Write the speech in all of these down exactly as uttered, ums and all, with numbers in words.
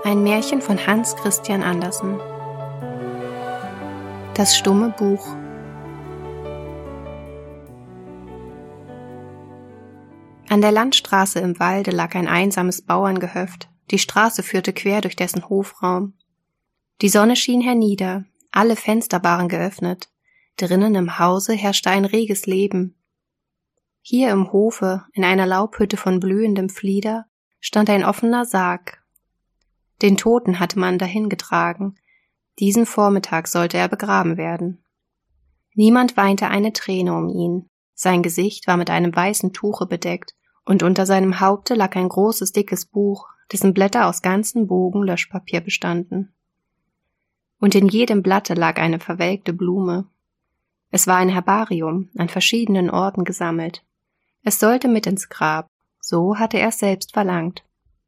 Ein Märchen von Hans Christian Andersen. Das stumme Buch. An der Landstraße im Walde lag ein einsames Bauerngehöft. Die Straße führte quer durch dessen Hofraum. Die Sonne schien hernieder, alle Fenster waren geöffnet. Drinnen im Hause herrschte ein reges Leben. Hier im Hofe, in einer Laubhütte von blühendem Flieder, stand ein offener Sarg. Den Toten hatte man dahin getragen. Diesen Vormittag sollte er begraben werden. Niemand weinte eine Träne um ihn. Sein Gesicht war mit einem weißen Tuche bedeckt, und unter seinem Haupte lag ein großes, dickes Buch, dessen Blätter aus ganzen Bogen Löschpapier bestanden. Und in jedem Blatte lag eine verwelkte Blume. Es war ein Herbarium, an verschiedenen Orten gesammelt. Es sollte mit ins Grab, so hatte er es selbst verlangt.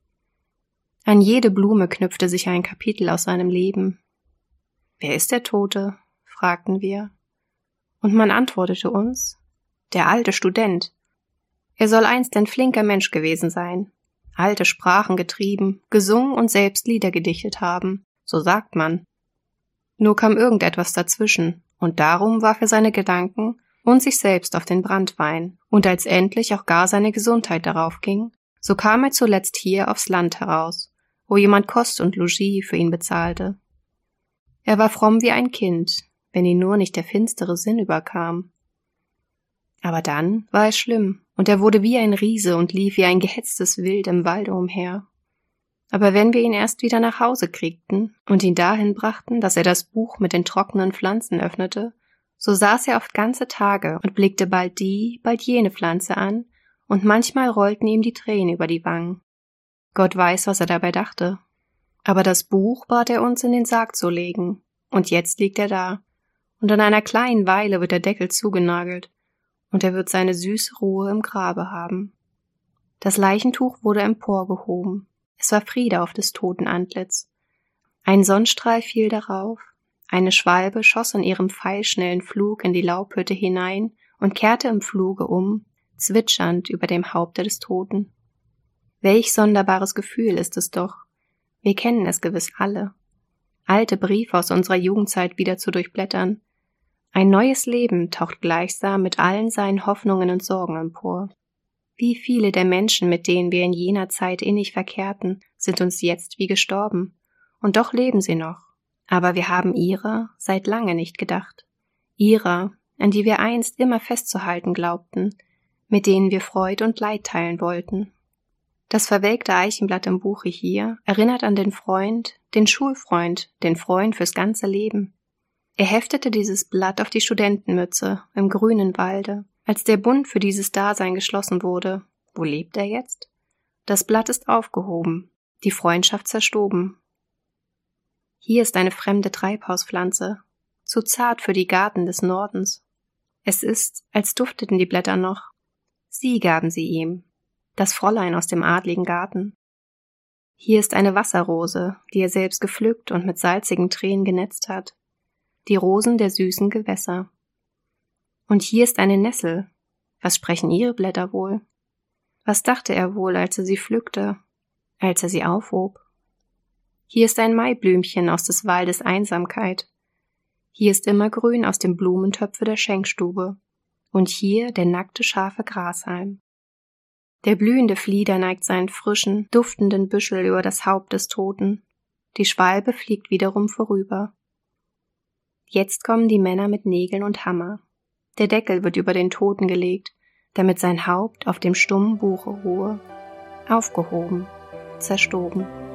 An jede Blume knüpfte sich ein Kapitel aus seinem Leben. »Wer ist der Tote?« fragten wir. Und man antwortete uns, »Der alte Student. Er soll einst ein flinker Mensch gewesen sein, alte Sprachen getrieben, gesungen und selbst Lieder gedichtet haben, so sagt man. Nur kam irgendetwas dazwischen, und darum warf er seine Gedanken und sich selbst auf den Branntwein, und als endlich auch gar seine Gesundheit darauf ging, so kam er zuletzt hier aufs Land heraus, wo jemand Kost und Logis für ihn bezahlte. Er war fromm wie ein Kind, wenn ihn nur nicht der finstere Sinn überkam. Aber dann war es schlimm, und er wurde wie ein Riese und lief wie ein gehetztes Wild im Walde umher. Aber wenn wir ihn erst wieder nach Hause kriegten und ihn dahin brachten, dass er das Buch mit den trockenen Pflanzen öffnete, so saß er oft ganze Tage und blickte bald die, bald jene Pflanze an, und manchmal rollten ihm die Tränen über die Wangen. Gott weiß, was er dabei dachte. Aber das Buch bat er uns in den Sarg zu legen, und jetzt liegt er da, und in einer kleinen Weile wird der Deckel zugenagelt, und er wird seine süße Ruhe im Grabe haben. Das Leichentuch wurde emporgehoben. Es war Friede auf des Toten Antlitz. Ein Sonnenstrahl fiel darauf, eine Schwalbe schoss in ihrem pfeilschnellen Flug in die Laubhütte hinein und kehrte im Fluge um, zwitschernd über dem Haupte des Toten. Welch sonderbares Gefühl ist es doch. Wir kennen es gewiss alle. Alte Briefe aus unserer Jugendzeit wieder zu durchblättern. Ein neues Leben taucht gleichsam mit allen seinen Hoffnungen und Sorgen empor. Wie viele der Menschen, mit denen wir in jener Zeit innig verkehrten, sind uns jetzt wie gestorben. Und doch leben sie noch. Aber wir haben ihrer seit lange nicht gedacht. Ihrer, an die wir einst immer festzuhalten glaubten, mit denen wir Freud und Leid teilen wollten. Das verwelkte Eichenblatt im Buche hier erinnert an den Freund, den Schulfreund, den Freund fürs ganze Leben. Er heftete dieses Blatt auf die Studentenmütze im grünen Walde, als der Bund für dieses Dasein geschlossen wurde. Wo lebt er jetzt? Das Blatt ist aufgehoben, die Freundschaft zerstoben. Hier ist eine fremde Treibhauspflanze, zu zart für die Garten des Nordens. Es ist, als dufteten die Blätter noch. Sie gaben sie ihm, das Fräulein aus dem adligen Garten. Hier ist eine Wasserrose, die er selbst gepflückt und mit salzigen Tränen genetzt hat. Die Rosen der süßen Gewässer. Und hier ist eine Nessel. Was sprechen ihre Blätter wohl? Was dachte er wohl, als er sie pflückte, als er sie aufhob? Hier ist ein Maiblümchen aus des Waldes Einsamkeit. Hier ist immergrün aus dem Blumentöpfe der Schenkstube. Und hier der nackte, scharfe Grashalm. Der blühende Flieder neigt seinen frischen, duftenden Büschel über das Haupt des Toten. Die Schwalbe fliegt wiederum vorüber. Jetzt kommen die Männer mit Nägeln und Hammer. Der Deckel wird über den Toten gelegt, damit sein Haupt auf dem stummen Buche ruhe. Aufgehoben, zerstoben.